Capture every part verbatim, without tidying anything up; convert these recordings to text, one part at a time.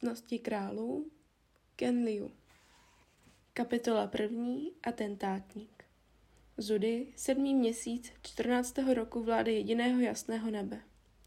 Ctnosti králů, Ken Liu. Kapitola první. Atentátník. Zudy, sedmý měsíc čtrnáctého roku vlády jediného jasného nebe.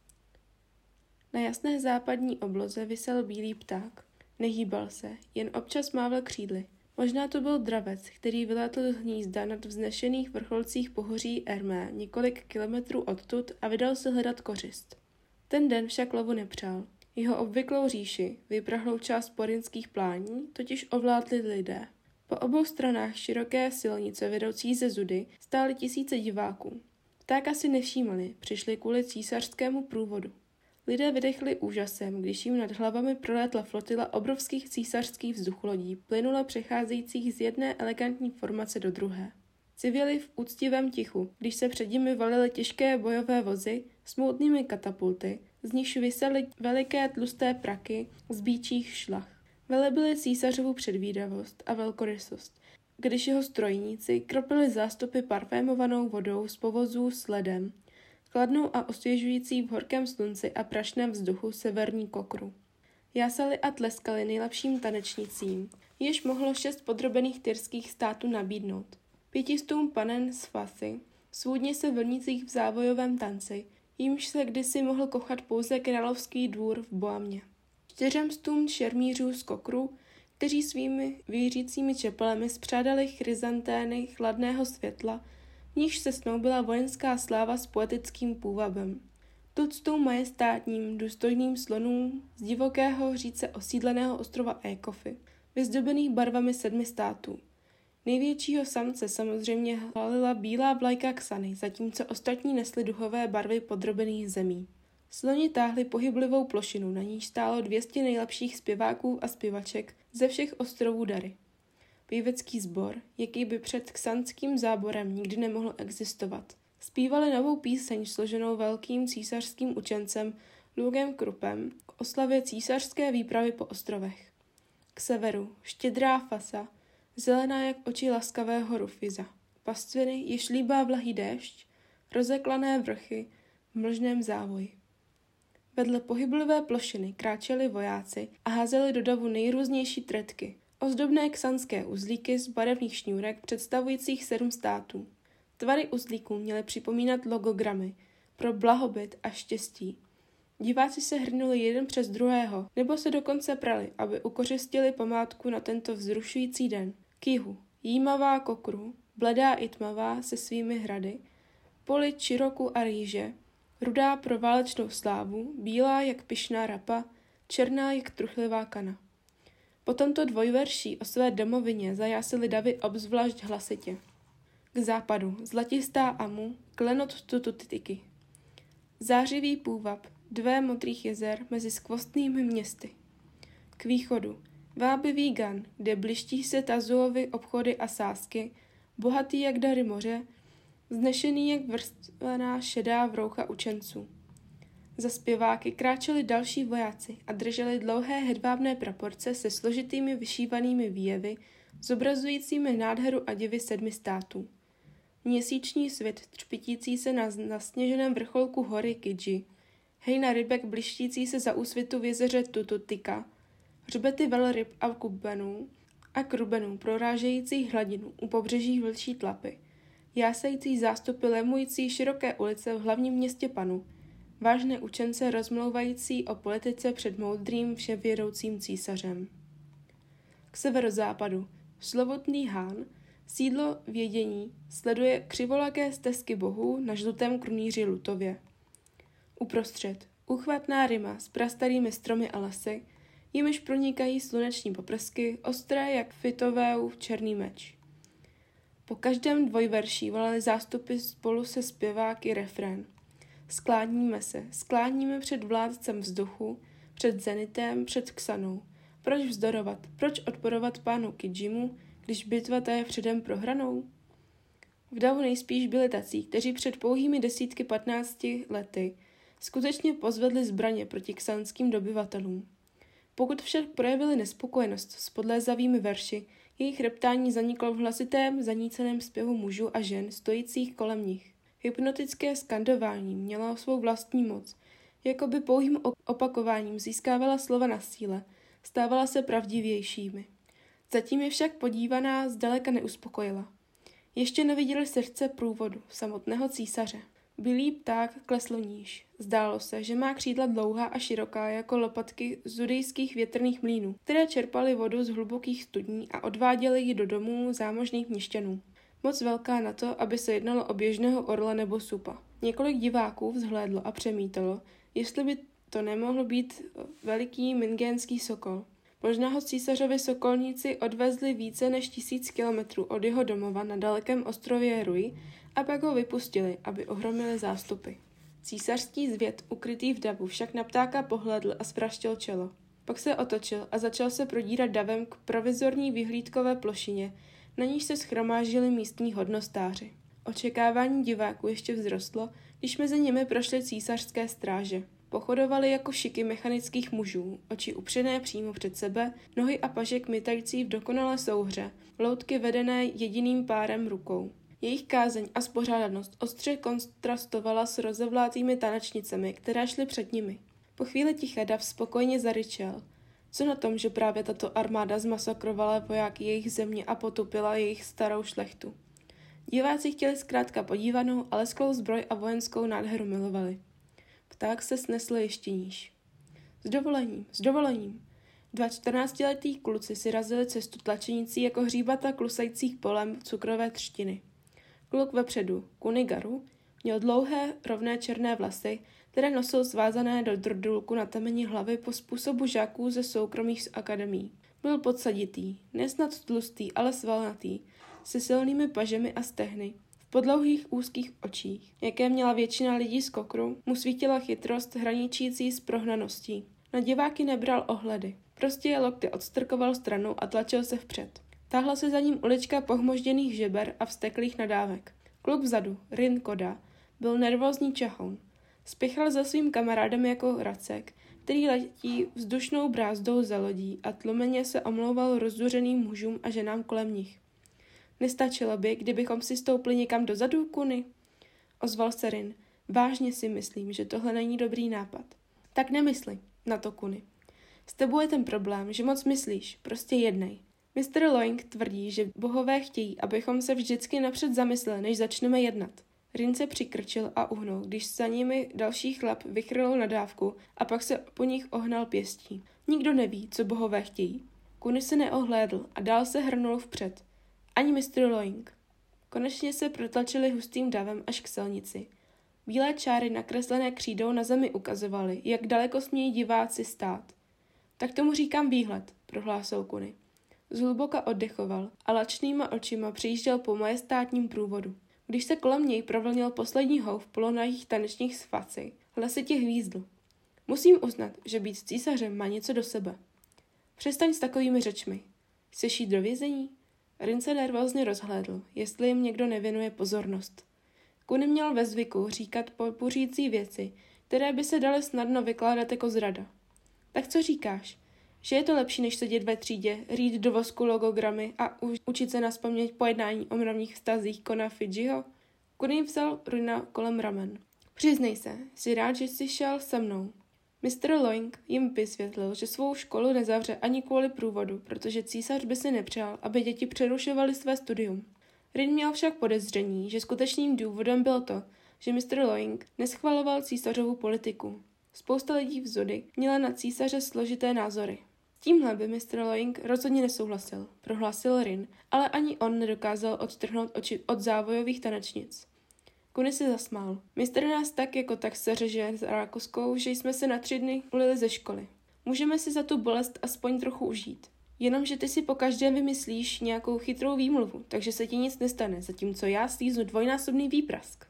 Na jasné západní obloze visel bílý pták. Nehýbal se, jen občas mával křídly. Možná to byl dravec, který vylétl z hnízda nad vznešených vrcholcích pohoří Ermé několik kilometrů odtud a vydal se hledat kořist. Ten den však lovu nepřál. Jeho obvyklou říši, vyprahlou část porinských plání, totiž ovládli lidé. Po obou stranách široké silnice vedoucí ze Zudy stály tisíce diváků. Ptáka si nevšímali, přišli kvůli císařskému průvodu. Lidé vydechli úžasem, když jim nad hlavami prolétla flotila obrovských císařských vzducholodí, plynule přecházejících z jedné elegantní formace do druhé. Civěli v úctivém tichu, když se před nimi valily těžké bojové vozy s mohutnými katapulty, z nichž visely veliké tlusté praky z býčích šlach. Velebili císařovu předvídavost a velkorysost, když jeho strojníci kropili zástupy parfémovanou vodou z povozů s ledem, chladnou a osvěžující v horkém slunci a prašném vzduchu severní kokru. Jásali a tleskali nejlepším tanečnicím, jež mohlo šest podrobených tyrských států nabídnout. Pětistům panen z Fasy, svůdně se vlnících v závojovém tanci, jímž se kdysi mohl kochat pouze královský dvůr v Boamě. Čtyřem stům šermířů z kokru, kteří svými vířícími čepelemi spřádali chryzantény chladného světla, v níž se snoubila vojenská sláva s poetickým půvabem. Tuctům majestátním, důstojným slonům z divokého říce osídleného ostrova Ékofy, vyzdobených barvami sedmi států. Největšího samce samozřejmě halila bílá vlajka Ksany, zatímco ostatní nesli duhové barvy podrobených zemí. Sloni táhli pohyblivou plošinu, na níž stálo dvě stě nejlepších zpěváků a zpěvaček ze všech ostrovů Dary. Pěvecký sbor, jaký by před ksanským záborem nikdy nemohl existovat. Zpívali novou píseň složenou velkým císařským učencem Lugem Krupem k oslavě císařské výpravy po ostrovech. K severu štědrá Fasa, zelená jak oči laskavého Rufiza. Pastviny, jež líbá vlahý déšť, rozeklané vrchy v mlžném závoji. Vedle pohyblivé plošiny kráčeli vojáci a házeli do davu nejrůznější tretky, ozdobné ksanské uzlíky z barevných šňůrek představujících sedm států. Tvary uzlíků měly připomínat logogramy pro blahobyt a štěstí. Diváci se hrnuli jeden přes druhého, nebo se dokonce prali, aby ukořistili památku na tento vzrušující den. K jihu, jímavá kokru, bledá i tmavá se svými hrady, poli čiroku a rýže, rudá pro válečnou slávu, bílá jak pyšná rapa, černá jak truchlivá kana. Po tomto dvojverší o své domovině zajásily davy obzvlášť hlasitě. K západu zlatistá Amu, klenot Tututiky. Zářivý půvab, dvé modrých jezer mezi skvostnými městy. K východu vábivý Gan, kde bliští se Tazuovy obchody a sázky, bohatý jak dary moře, znešený jak vrstvená šedá vroucha učenců. Za zpěváky kráčeli další vojáci a drželi dlouhé hedvábné praporce se složitými vyšívanými výjevy, zobrazujícími nádheru a divy sedmi států. Měsíční svět třpitící se na nasněženém vrcholku hory Kidži, hejna rybek blištící se za úsvitu v jezeře Tututika, hřbety velryb a kubenů a krubenů prorážejících hladinu u pobřeží vlčí tlapy, jásající zástupy lemující široké ulice v hlavním městě Panu, vážné učence rozmlouvající o politice před moudrým vševědoucím císařem. K severozápadu slovutný Hán, sídlo vědění, sleduje křivolaké stezky bohů na žlutém krunýři Lutově. Uprostřed úchvatná ryma s prastarými stromy a lesy, jimiž pronikají sluneční poprsky, ostré jak Fitovéův černý meč. Po každém dvojverší volali zástupy spolu se zpěváky refrén. Skláníme se, skláníme před vládcem vzduchu, před zenitem, před Ksanou. Proč vzdorovat, proč odporovat pánu Kidžimu, když bitva ta je předem prohranou? V davu nejspíš byli tací, kteří před pouhými desítky patnácti lety skutečně pozvedli zbraně proti ksanským dobyvatelům. Pokud však projevili nespokojenost s podlézavými verši, jejich reptání zaniklo v hlasitém, zaníceném zpěvu mužů a žen stojících kolem nich. Hypnotické skandování mělo svou vlastní moc, jako by pouhým opakováním získávala slova na síle, stávala se pravdivějšími. Zatím je však podívaná zdaleka neuspokojila. Ještě neviděli srdce průvodu samotného císaře. Bílý pták klesl níž. Zdálo se, že má křídla dlouhá a široká jako lopatky z judejských větrných mlýnů, které čerpaly vodu z hlubokých studní a odváděly ji do domů zámožných měšťanů. Moc velká na to, aby se jednalo o běžného orla nebo supa. Několik diváků vzhlédlo a přemítalo, jestli by to nemohl být veliký mingénský sokol. Možná ho císařovi sokolníci odvezli více než tisíc kilometrů od jeho domova na dalekém ostrově Rui a pak ho vypustili, aby ohromili zástupy. Císařský zvěd, ukrytý v davu, však na ptáka pohlédl a zvraštil čelo. Pak se otočil a začal se prodírat davem k provizorní vyhlídkové plošině, na níž se shromáždili místní hodnostáři. Očekávání diváků ještě vzrostlo, když mezi nimi prošly císařské stráže. Pochodovali jako šiky mechanických mužů, oči upřené přímo před sebe, nohy a paže kmitající v dokonalé souhře, loutky vedené jediným párem rukou. Jejich kázeň a spořádanost ostře kontrastovala s rozevlátými tanečnicemi, které šly před nimi. Po chvíli ticha dav spokojně zaryčel. Co na tom, že právě tato armáda zmasakrovala vojáky jejich země a potopila jejich starou šlechtu? Diváci chtěli zkrátka podívanou a lesklou zbroj a vojenskou nádheru milovali. Pták se snesl ještě níž. S dovolením, s dovolením. Dva čtrnáctiletí kluci si razili cestu tlačenící jako hříbata klusajících polem cukrové třtiny. Kluk vepředu, Kunigaru, měl dlouhé, rovné černé vlasy, které nosil svázané do drdulku na temeni hlavy po způsobu žáků ze soukromých akademií. Byl podsaditý, nesnad tlustý, ale svalnatý, se silnými pažemi a stehny. V podlouhých úzkých očích, jaké měla většina lidí z Kokru, mu svítila chytrost hraničící s prohnaností. Na diváky nebral ohledy. Prostě je lokty odstrkoval stranou a tlačil se vpřed. Táhla se za ním ulička pohmožděných žeber a vzteklých nadávek. Kluk vzadu, Rin Koda, byl nervózní čahoun. Spěchal za svým kamarádem jako racek, který letí vzdušnou brázdou za lodí a tlumeně se omlouval rozzuřeným mužům a ženám kolem nich. Nestačilo by, kdybychom si stoupli někam dozadu, Kuny? Ozval se Rin. Vážně si myslím, že tohle není dobrý nápad. Tak nemysli, na to Kuny. S tebou je ten problém, že moc myslíš, prostě jednej. mister Loing tvrdí, že bohové chtějí, abychom se vždycky napřed zamysleli, než začneme jednat. Rin se přikrčil a uhnul, když za nimi další chlap vychrlil nadávku a pak se po nich ohnal pěstí. Nikdo neví, co bohové chtějí. Kuny se neohlédl a dál se hrnul vpřed. Ani mister Loing. Konečně se protlačili hustým davem až k silnici. Bílé čáry nakreslené křídou na zemi ukazovaly, jak daleko smějí diváci stát. Tak tomu říkám výhled, prohlásil Kuny. Zhluboka oddechoval a lačnýma očima přijížděl po majestátním průvodu. Když se kolem něj provlnil poslední houf polonahých tanečních svací, hlasitě hvízdl. Musím uznat, že být císařem má něco do sebe. Přestaň s takovými řečmi. Chceš jít do vězení? Rin se nervózně rozhlédl, jestli jim někdo nevěnuje pozornost. Kuny měl ve zvyku říkat podpuřící věci, které by se daly snadno vykládat jako zrada. Tak co říkáš? Že je to lepší, než sedět ve třídě, rýt do vosku logogramy a u- učit se nazpaměť pojednání o mravních vztazích Kona Fidžiho? Kuny vzal Rina kolem ramen. Přiznej se, jsi rád, že jsi šel se mnou. mister Loing jim vysvětlil, že svou školu nezavře ani kvůli průvodu, protože císař by si nepřál, aby děti přerušovaly své studium. Rin měl však podezření, že skutečným důvodem bylo to, že mister Loing neschvaloval císařovu politiku. Spousta lidí v Zudy měla na císaře složité názory. Tímhle by mister Loing rozhodně nesouhlasil, prohlásil Rin, ale ani on nedokázal odtrhnout oči od závojových tanečnic. Kuny se zasmál. Mistr nás tak jako tak seřeže s rákoskou, že jsme se na tři dny ulili ze školy. Můžeme si za tu bolest aspoň trochu užít. Jenomže ty si po každém vymyslíš nějakou chytrou výmluvu, takže se ti nic nestane, zatímco já slíznu dvojnásobný výprask.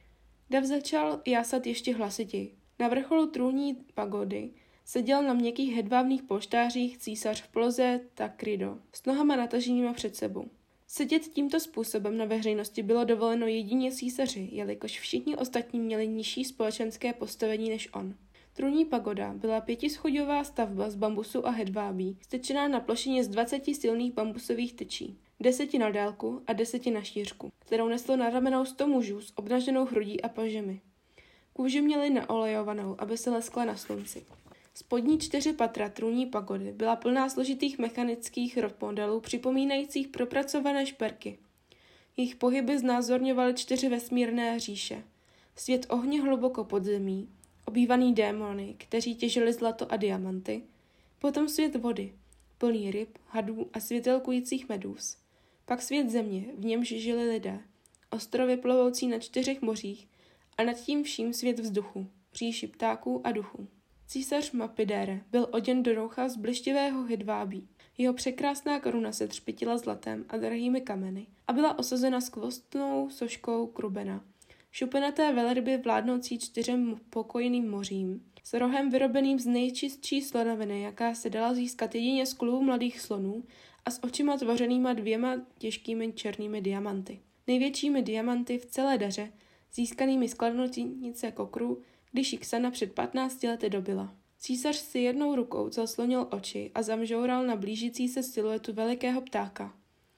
Dav začal jásat ještě hlasitěji. Na vrcholu trůní pagody seděl na měkkých hedvábných polštářích císař v poloze Takrido, s nohama nataženýma před sebou. Sedět tímto způsobem na veřejnosti bylo dovoleno jedině císaři, jelikož všichni ostatní měli nižší společenské postavení než on. Trůní pagoda byla pětischodová stavba z bambusu a hedvábí, stečená na plošině z dvaceti silných bambusových tyčí, deseti na délku a deseti na šířku, kterou neslo na ramenou sto mužů s obnaženou hrudí a pažemi. Kůži měli naolejovanou, aby se leskla na slunci. Spodní čtyři patra trůní pagody byla plná složitých mechanických modelů připomínajících propracované šperky. Jejich pohyby znázorňovaly čtyři vesmírné říše. Svět ohně hluboko pod zemí, obývaný démony, kteří těžili zlato a diamanty, potom svět vody, plný ryb, hadů a světelkujících medúz, pak svět země, v němž žili lidé, ostrovy plovoucí na čtyřech mořích a nad tím vším svět vzduchu, říši ptáků a duchů. Císař Mapidére byl oděn do roucha z blištivého hedvábí. Jeho překrásná koruna se třpytila zlatem a drahými kameny a byla osazena skvostnou soškou krubena. Šupenaté velryby vládnoucí čtyřem pokojným mořím, s rohem vyrobeným z nejčistší slonoviny, jaká se dala získat jedině z kulů mladých slonů a s očima tvořenýma dvěma těžkými černými diamanty. Největšími diamanty v celé daře, získanými z kladnotínice kokru, když ji Ksana před patnácti lety dobila. Císař si jednou rukou zaslonil oči a zamžoural na blížící se siluetu velikého ptáka.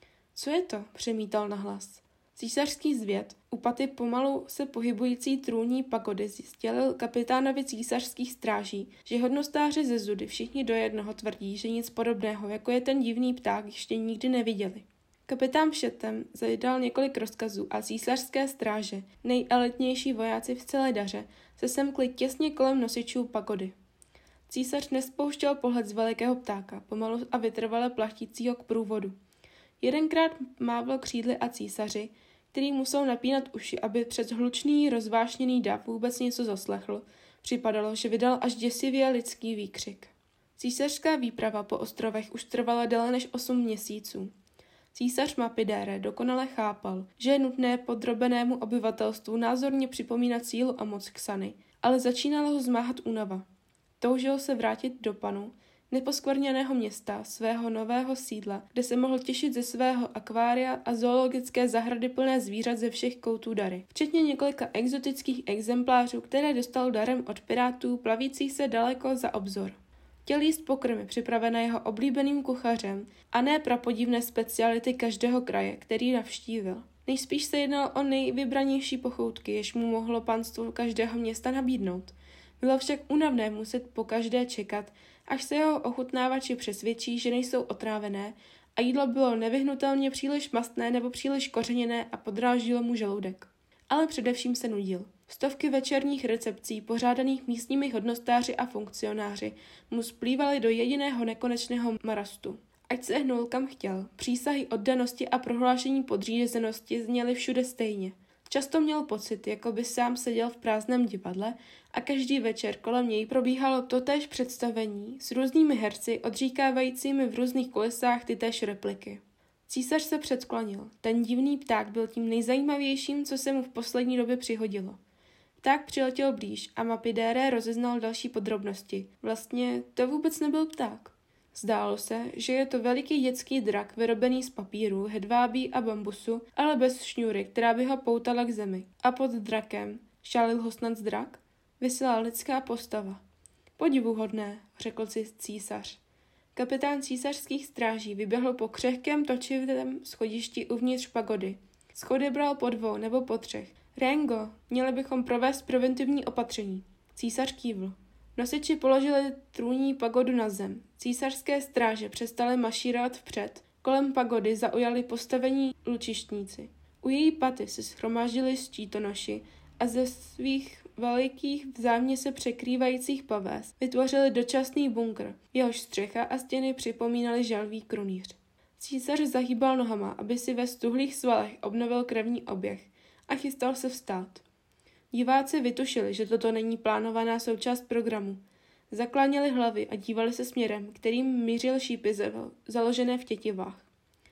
Co je to? Přemítal nahlas. Císařský zvěd, u paty pomalu se pohybující trůní pagody, sdělil kapitánovi císařských stráží, že hodnostáři ze Zudy všichni do jednoho tvrdí, že nic podobného, jako je ten divný pták, ještě nikdy neviděli. Kapitán šetem zadal několik rozkazů a císařské stráže, nejelitnější vojáci v celé daře, se semkli těsně kolem nosičů pagody. Císař nespouštěl pohled z velikého ptáka, pomalu a vytrvale platícího k průvodu. Jedenkrát mávlo křídly a císaři, který musel napínat uši, aby přes hlučný, rozvášněný dav vůbec něco zaslechl, připadalo, že vydal až děsivě lidský výkřik. Císařská výprava po ostrovech už trvala déle než osm měsíců. Císař Mapidére dokonale chápal, že je nutné podrobenému obyvatelstvu názorně připomínat sílu a moc Ksany, ale začínala ho zmáhat únava. Toužil se vrátit do Panu, neposkvrněného města, svého nového sídla, kde se mohl těšit ze svého akvária a zoologické zahrady plné zvířat ze všech koutů dary, včetně několika exotických exemplářů, které dostal darem od pirátů plavících se daleko za obzor. Chtěl jíst pokrmy připravené jeho oblíbeným kuchařem a ne prapodivné speciality každého kraje, který navštívil. Nejspíš se jednalo o nejvybranější pochoutky, jež mu mohlo panstvo každého města nabídnout. Bylo však únavné muset po každé čekat, až se jeho ochutnávači přesvědčí, že nejsou otrávené a jídlo bylo nevyhnutelně příliš mastné nebo příliš kořeněné a podráždilo mu žaludek. Ale především se nudil. Stovky večerních recepcí, pořádaných místními hodnostáři a funkcionáři, mu splývaly do jediného nekonečného marastu. Ať se hnul kam chtěl, přísahy oddanosti a prohlášení podřízenosti zněly všude stejně. Často měl pocit, jako by sám seděl v prázdném divadle a každý večer kolem něj probíhalo totéž představení s různými herci odříkávajícími v různých kolesách tytéž repliky. Císař se předklonil. Ten divný pták byl tím nejzajímavějším, co se mu v poslední době přihodilo. Pták přiletěl blíž a Mapidére rozeznal další podrobnosti. Vlastně to vůbec nebyl pták. Zdálo se, že je to veliký dětský drak vyrobený z papíru, hedvábí a bambusu, ale bez šňůry, která by ho poutala k zemi. A pod drakem, šálil ho snad drak, visela lidská postava. Podivuhodné, řekl si císař. Kapitán císařských stráží vyběhl po křehkém točivém schodišti uvnitř pagody. Schody bral po dvou nebo po třech. Rengo, měli bychom provést preventivní opatření. Císař kývl. Nosiči položili trůní pagodu na zem. Císařské stráže přestaly mašírovat vpřed. Kolem pagody zaujali postavení lučištníci. U její paty se shromáždili štítonoši a ze svých velikých vzájemně se překrývajících pavéz vytvořili dočasný bunkr. Jehož střecha a stěny připomínaly želví krunýř. Císař zahýbal nohama, aby si ve stuhlých svalech obnovil krevní oběh a chystal se vstát. Diváci vytušili, že toto není plánovaná součást programu. Zakláněli hlavy a dívali se směrem, kterým mířil šípy založené v tětivách.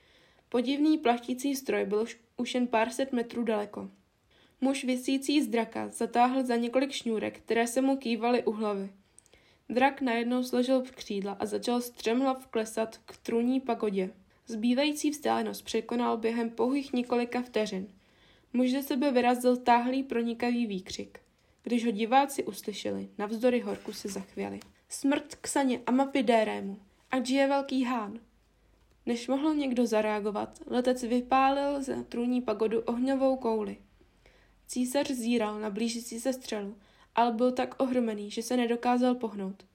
Podivný plachtící stroj byl už jen pár set metrů daleko. Muž visící z draka zatáhl za několik šňůrek, které se mu kývaly u hlavy. Drak najednou složil křídla a začal střemhlav klesat k trůní pagodě. Zbývající vzdálenost překonal během pouhých několika vteřin. Muž ze sebe vyrazil táhlý pronikavý výkřik. Když ho diváci uslyšeli, navzdory horku se zachvěli. Smrt Ksaně a Mapidérému, ať žije velký hán. Než mohl někdo zareagovat, letec vypálil za trůní pagodu ohňovou kouli. Císař zíral na blížící se střelu, ale byl tak ohromený, že se nedokázal pohnout.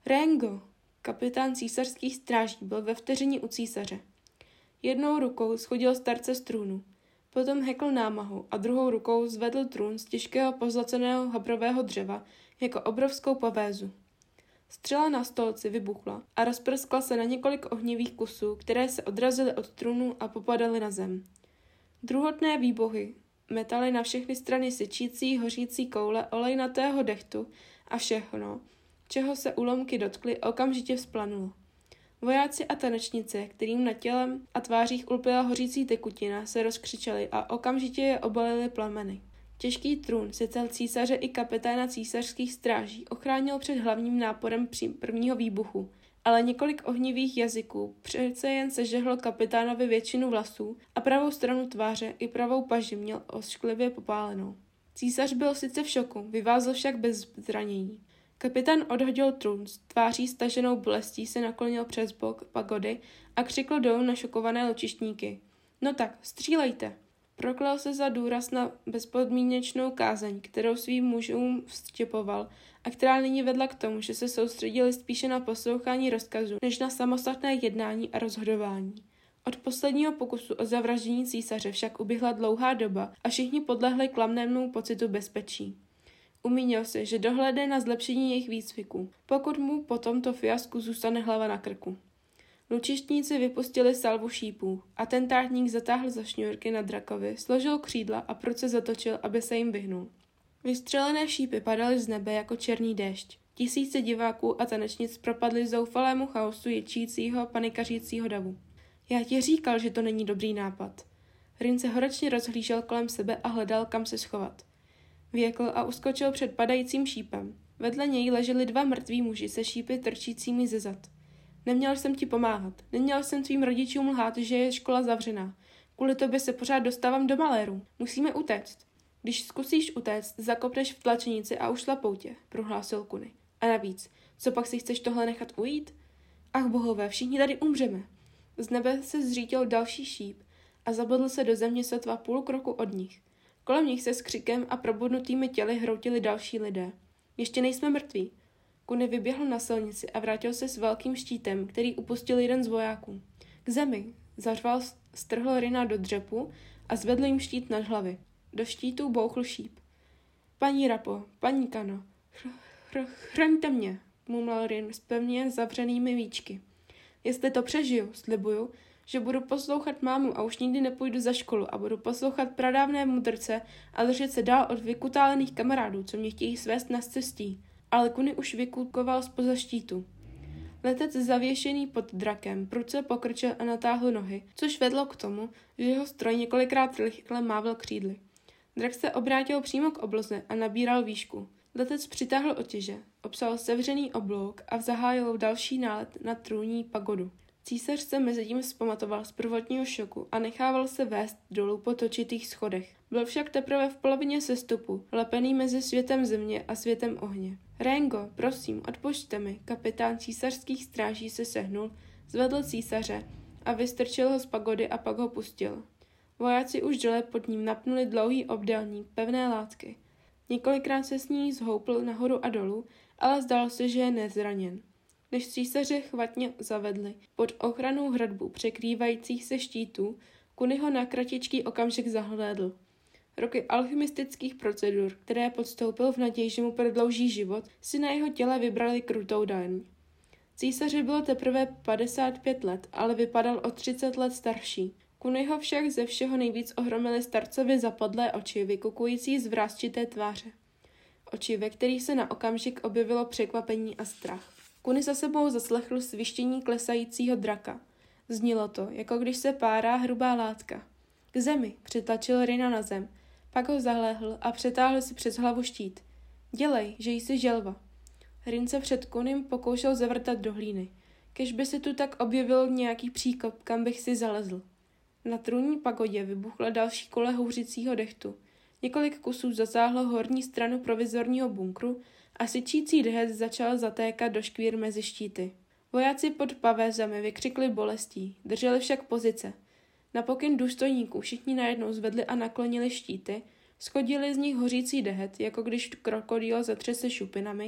Rengo, kapitán císařských stráží, byl ve vteřině u císaře. Jednou rukou schodil starce z trůnu, potom hekl námahu a druhou rukou zvedl trůn z těžkého pozlaceného habrového dřeva jako obrovskou pavézu. Střela na stolci vybuchla a rozprskla se na několik ohnivých kusů, které se odrazily od trůnu a popadaly na zem. Druhotné výbuchy metaly na všechny strany syčící, hořící koule olejnatého dechtu a všechno, čeho se úlomky dotkly, okamžitě vzplanulo. Vojáci a tanečnice, kterým na tělem a tvářích ulpěla hořící tekutina, se rozkřičeli a okamžitě je obalily plameny. Těžký trůn sice císaře i kapitána císařských stráží ochránil před hlavním náporem prvního výbuchu, ale několik ohnivých jazyků přece jen sežehlo kapitánovi většinu vlasů a pravou stranu tváře i pravou paži měl ošklivě popálenou. Císař byl sice v šoku, vyvázl však bez zranění. Kapitán odhodil trůn, s tváří staženou bolestí se naklonil přes bok pagody a křikl dolů na šokované lučištníky. No tak, střílejte! Proklel se za důraz na bezpodmínečnou kázeň, kterou svým mužům vštěpoval a která nyní vedla k tomu, že se soustředili spíše na poslouchání rozkazů, než na samostatné jednání a rozhodování. Od posledního pokusu o zavraždění císaře však uběhla dlouhá doba a všichni podlehli klamnému pocitu bezpečí. Umínil si, že dohlédne na zlepšení jejich výcviků, pokud mu po tomto fiasku zůstane hlava na krku. Lučištníci vypustili salvu šípů. Atentátník zatáhl za šňůrky na drakovi, složil křídla a pruce zatočil, aby se jim vyhnul. Vystřelené šípy padaly z nebe jako černý déšť. Tisíce diváků a tanečnic propadly zoufalému chaosu ječícího, panikařícího davu. Já ti říkal, že to není dobrý nápad. Rin se horečně rozhlížel kolem sebe a hledal, kam se schovat. Věkl a uskočil před padajícím šípem. Vedle něj leželi dva mrtví muži se šípy trčícími ze zad. Neměl jsem ti pomáhat. Neměl jsem tvým rodičům lhát, že je škola zavřená. Kvůli tobě se pořád dostávám do maléru. Musíme utéct. Když zkusíš utéct, zakopneš v tlačenici a ušlapou tě, prohlásil Kuny. A navíc, co pak si chceš tohle nechat ujít? Ach bohové, všichni tady umřeme. Z nebe se zřítil další šíp a zabodl se do země sotva půl kroku od nich. Kolem nich se s křikem a probudnutými těly hroutili další lidé. Ještě nejsme mrtví. Kuny vyběhl na silnici a vrátil se s velkým štítem, který upustil jeden z vojáků. K zemi, zařval, strhl Rina do dřepu a zvedl jim štít nad hlavy. Do štítu bouchl šíp. Paní Rapo, paní Kano, chr, chr, chraňte mě, mumlal Rin s pevně zavřenými víčky. Jestli to přežiju, slibuju, že budu poslouchat mámu a už nikdy nepůjdu za školu a budu poslouchat pradávné mudrce a držet se dál od vykutálených kamarádů, co mě chtějí svést na cestí. Ale Kuny už vykukoval zpoza štítu. Letec zavěšený pod drakem pruce pokrčil a natáhl nohy, což vedlo k tomu, že jeho stroj několikrát rychle mávl křídly. Drak se obrátil přímo k obloze a nabíral výšku. Letec přitáhl otěže, obsal sevřený oblouk a zahájil další nálet na trůní pagodu. Císař se mezitím vzpamatoval z prvotního šoku a nechával se vést dolů po točitých schodech. Byl však teprve v polovině sestupu, lepený mezi světem země a světem ohně. Rengo, prosím, odpušťte mi, kapitán císařských stráží se sehnul, zvedl císaře a vystrčil ho z pagody a pak ho pustil. Vojáci už dole pod ním napnuli dlouhý obdélník pevné látky. Několikrát se s ní zhoupl nahoru a dolů, ale zdálo se, že je nezraněn. Než císaře chvatně zavedli pod ochranou hradbu překrývajících se štítů, Kuny ho na kratičký okamžik zahlédl. Roky alchymistických procedur, které podstoupil v naději, že mu prodlouží život, si na jeho těle vybrali krutou daň. Císaři bylo teprve padesát pět let, ale vypadal o třicet let starší. Kunyho však ze všeho nejvíc ohromily starcovi zapadlé oči, vykukující z vrásčité tváře. Oči, ve kterých se na okamžik objevilo překvapení a strach. Kuny za sebou zaslechl svištění klesajícího draka. Znělo to, jako když se párá hrubá látka. K zemi, přitlačil Rina na zem, pak ho zahléhl a přetáhl si přes hlavu štít. Dělej, že jsi želva. Rin se před Kunym pokoušel zavrtat do hlíny. Kež by se tu tak objevil nějaký příkop, kam bych si zalezl. Na trůnní pagodě vybuchla další kole houřicího dechtu. Několik kusů zasáhlo horní stranu provizorního bunkru a syčící dehet začal zatékat do škvír mezi štíty. Vojáci pod pavézami vykřikli bolestí, drželi však pozice. Na pokyn důstojníků všichni najednou zvedli a naklonili štíty, schodili z nich hořící dehet, jako když krokodýl zatřese šupinami,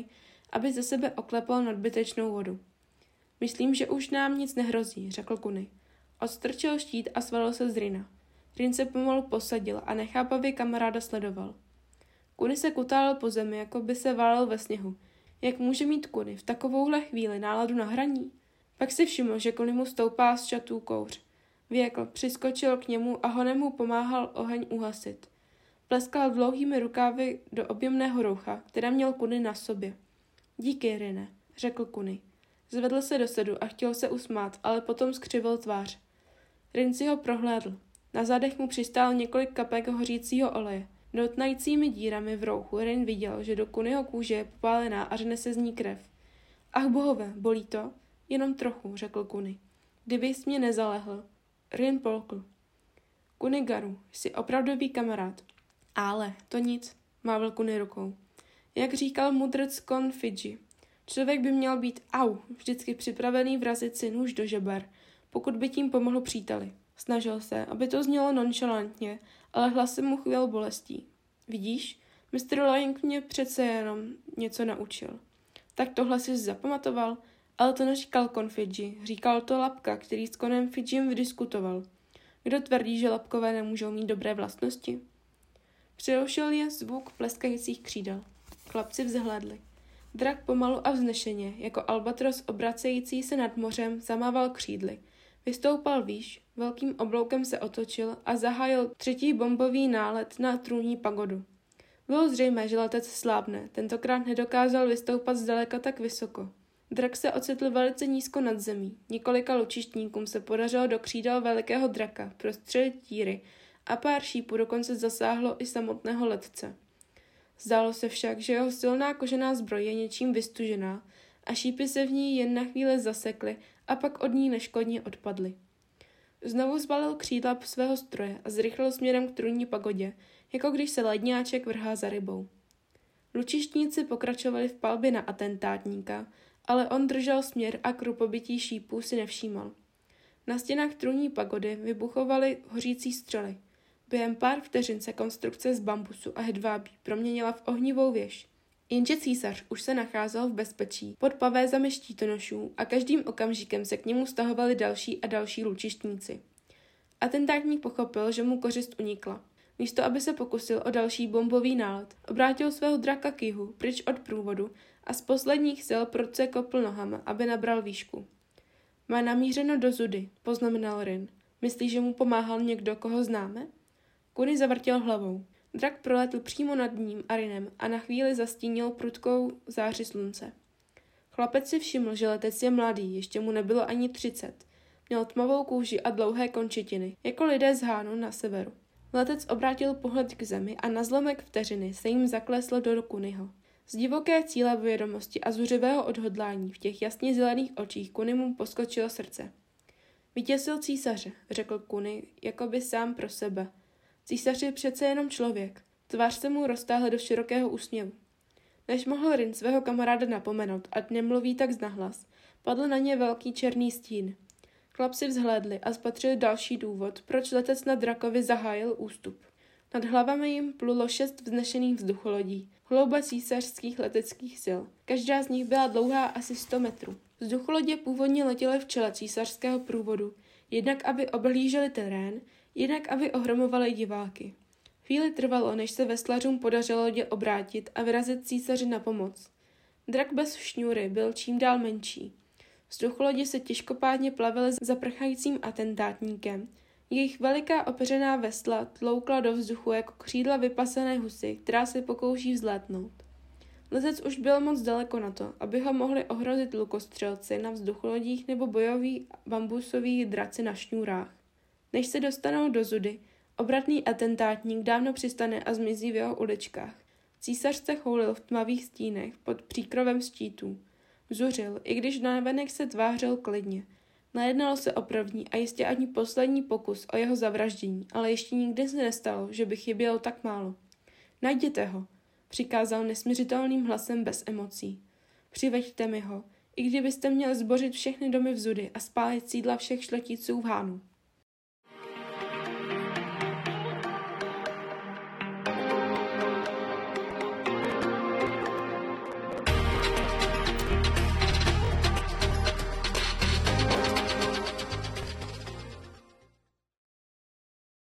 aby ze sebe oklepal nadbytečnou vodu. Myslím, že už nám nic nehrozí, řekl Kuny. Odstrčil štít a svalil se z Rina. Rin se pomalu posadil a nechápavě kamaráda sledoval. Kuny se kutálil po zemi, jako by se válel ve sněhu. Jak může mít Kuny v takovouhle chvíli náladu na hraní? Pak si všiml, že Kuny mu stoupá z šatů kouř. Věkl, přiskočil k němu a honem mu pomáhal oheň uhasit. Pleskal dlouhými rukávy do objemného roucha, které měl Kuny na sobě. Díky, Rine, řekl Kuny. Zvedl se do sedu a chtěl se usmát, ale potom skřivil tvář. Rin si ho prohlédl. Na zádech mu přistál několik kapek hořícího oleje. Dotnajícími dírami v rouchu Rin viděl, že do Kunyho kůže je popálená a řne se z ní krev. Ach bohové, bolí to? Jenom trochu, řekl Kuny. Kdybys mě nezalehl. Rin polkl. Kuny Garu, jsi opravdový kamarád. Ale, to nic, mávl Kuny rukou. Jak říkal mudrc Kon Fidži, člověk by měl být au, vždycky připravený vrazit si nůž do žeber, pokud by tím pomohl příteli. Snažil se, aby to znělo nonchalantně, ale hlas se mu chvěl bolestí. Vidíš, mistr Laing mě přece jenom něco naučil. Tak tohle jsi zapamatoval, ale to neříkal Kon Fidži, říkal to Lapka, který s Konem Fidžim vydiskutoval. Kdo tvrdí, že lapkové nemůžou mít dobré vlastnosti? Přerušil je zvuk pleskajících křídel. Chlapci vzhlédli. Drak pomalu a vznešeně, jako albatros obracející se nad mořem, zamával křídly. Vystoupal výš, velkým obloukem se otočil a zahájil třetí bombový nálet na trůní pagodu. Bylo zřejmé, že letec slábne, tentokrát nedokázal vystoupat zdaleka tak vysoko. Drak se ocitl velice nízko nad zemí. Několika lučištníkům se podařilo do křídel velikého draka prostřelit díry a pár šípů dokonce zasáhlo i samotného letce. Zdálo se však, že jeho silná kožená zbroj je něčím vystužená a šípy se v ní jen na chvíli zasekly a pak od ní neškodně odpadly. Znovu zbalil křídla svého stroje a zrychlil směrem k trůní pagodě, jako když se ledňáček vrhá za rybou. Lučištníci pokračovali v palbě na atentátníka, ale on držel směr a krupobití šípů si nevšímal. Na stěnách trůní pagody vybuchovaly hořící střely. Během pár vteřin se konstrukce z bambusu a hedvábí proměnila v ohnivou věž. Jenže císař už se nacházel v bezpečí pod pavézami štítonošů a každým okamžikem se k němu stahovali další a další lučištníci. Atentátník pochopil, že mu kořist unikla. Místo, aby se pokusil o další bombový nálet, obrátil svého draka k jihu, pryč od průvodu a z posledních sil prudce kopl nohama, aby nabral výšku. Má namířeno do zudy, poznamenal Rin. Myslíš, že mu pomáhal někdo, koho známe? Kuny zavrtěl hlavou. Drak proletl přímo nad ním a Rinem a na chvíli zastínil prudkou záři slunce. Chlapec si všiml, že letec je mladý, ještě mu nebylo ani třicet. Měl tmavou kůži a dlouhé končetiny, jako lidé z Hánu na severu. Letec obrátil pohled k zemi a na zlomek vteřiny se jim zaklesl do Kunyho. Z divoké cíle vědomosti a zuřivého odhodlání v těch jasně zelených očích Kuny mu poskočilo srdce. Vytěsil císaře, řekl Kuny, jako by sám pro sebe. Císař je přece jenom člověk. Tvář se mu roztáhla do širokého úsměvu. Než mohl Rin svého kamaráda napomenout, ať nemluví tak nahlas, padl na ně velký černý stín. Chlapci vzhlédli a spatřili další důvod, proč letec na drakovi zahájil ústup. Nad hlavami jim plulo šest vznešených vzducholodí, hlouba císařských leteckých sil. Každá z nich byla dlouhá asi sto metrů. Vzducholodě původně letěly v čele císařského průvodu, jednak aby oblíželi terén, jednak aby ohromovali diváky. Chvíli trvalo, než se veslařům podařilo lodě obrátit a vyrazit císaři na pomoc. Drak bez šňůry byl čím dál menší. Vzducholodi se těžkopádně plavily za prchajícím atentátníkem. Jejich veliká opeřená vesla tloukla do vzduchu jako křídla vypasené husy, která se pokouší vzlétnout. Letec už byl moc daleko na to, aby ho mohli ohrozit lukostřelci na vzducholodích nebo bojoví bambusoví draci na šňůrách. Než se dostanou do zudy, obratný atentátník dávno přistane a zmizí v jeho uličkách. Císař se choulil v tmavých stínech pod příkrovem štítů. Zuřil, i když navenek se tvářil klidně. Najednalo se o první a jistě ani poslední pokus o jeho zavraždění, ale ještě nikdy se nestalo, že by chybělo tak málo. Najděte ho, přikázal nesmiřitelným hlasem bez emocí. Přiveďte mi ho, i kdybyste měli zbořit všechny domy v zudy a spálit sídla všech šletíců v Hánu.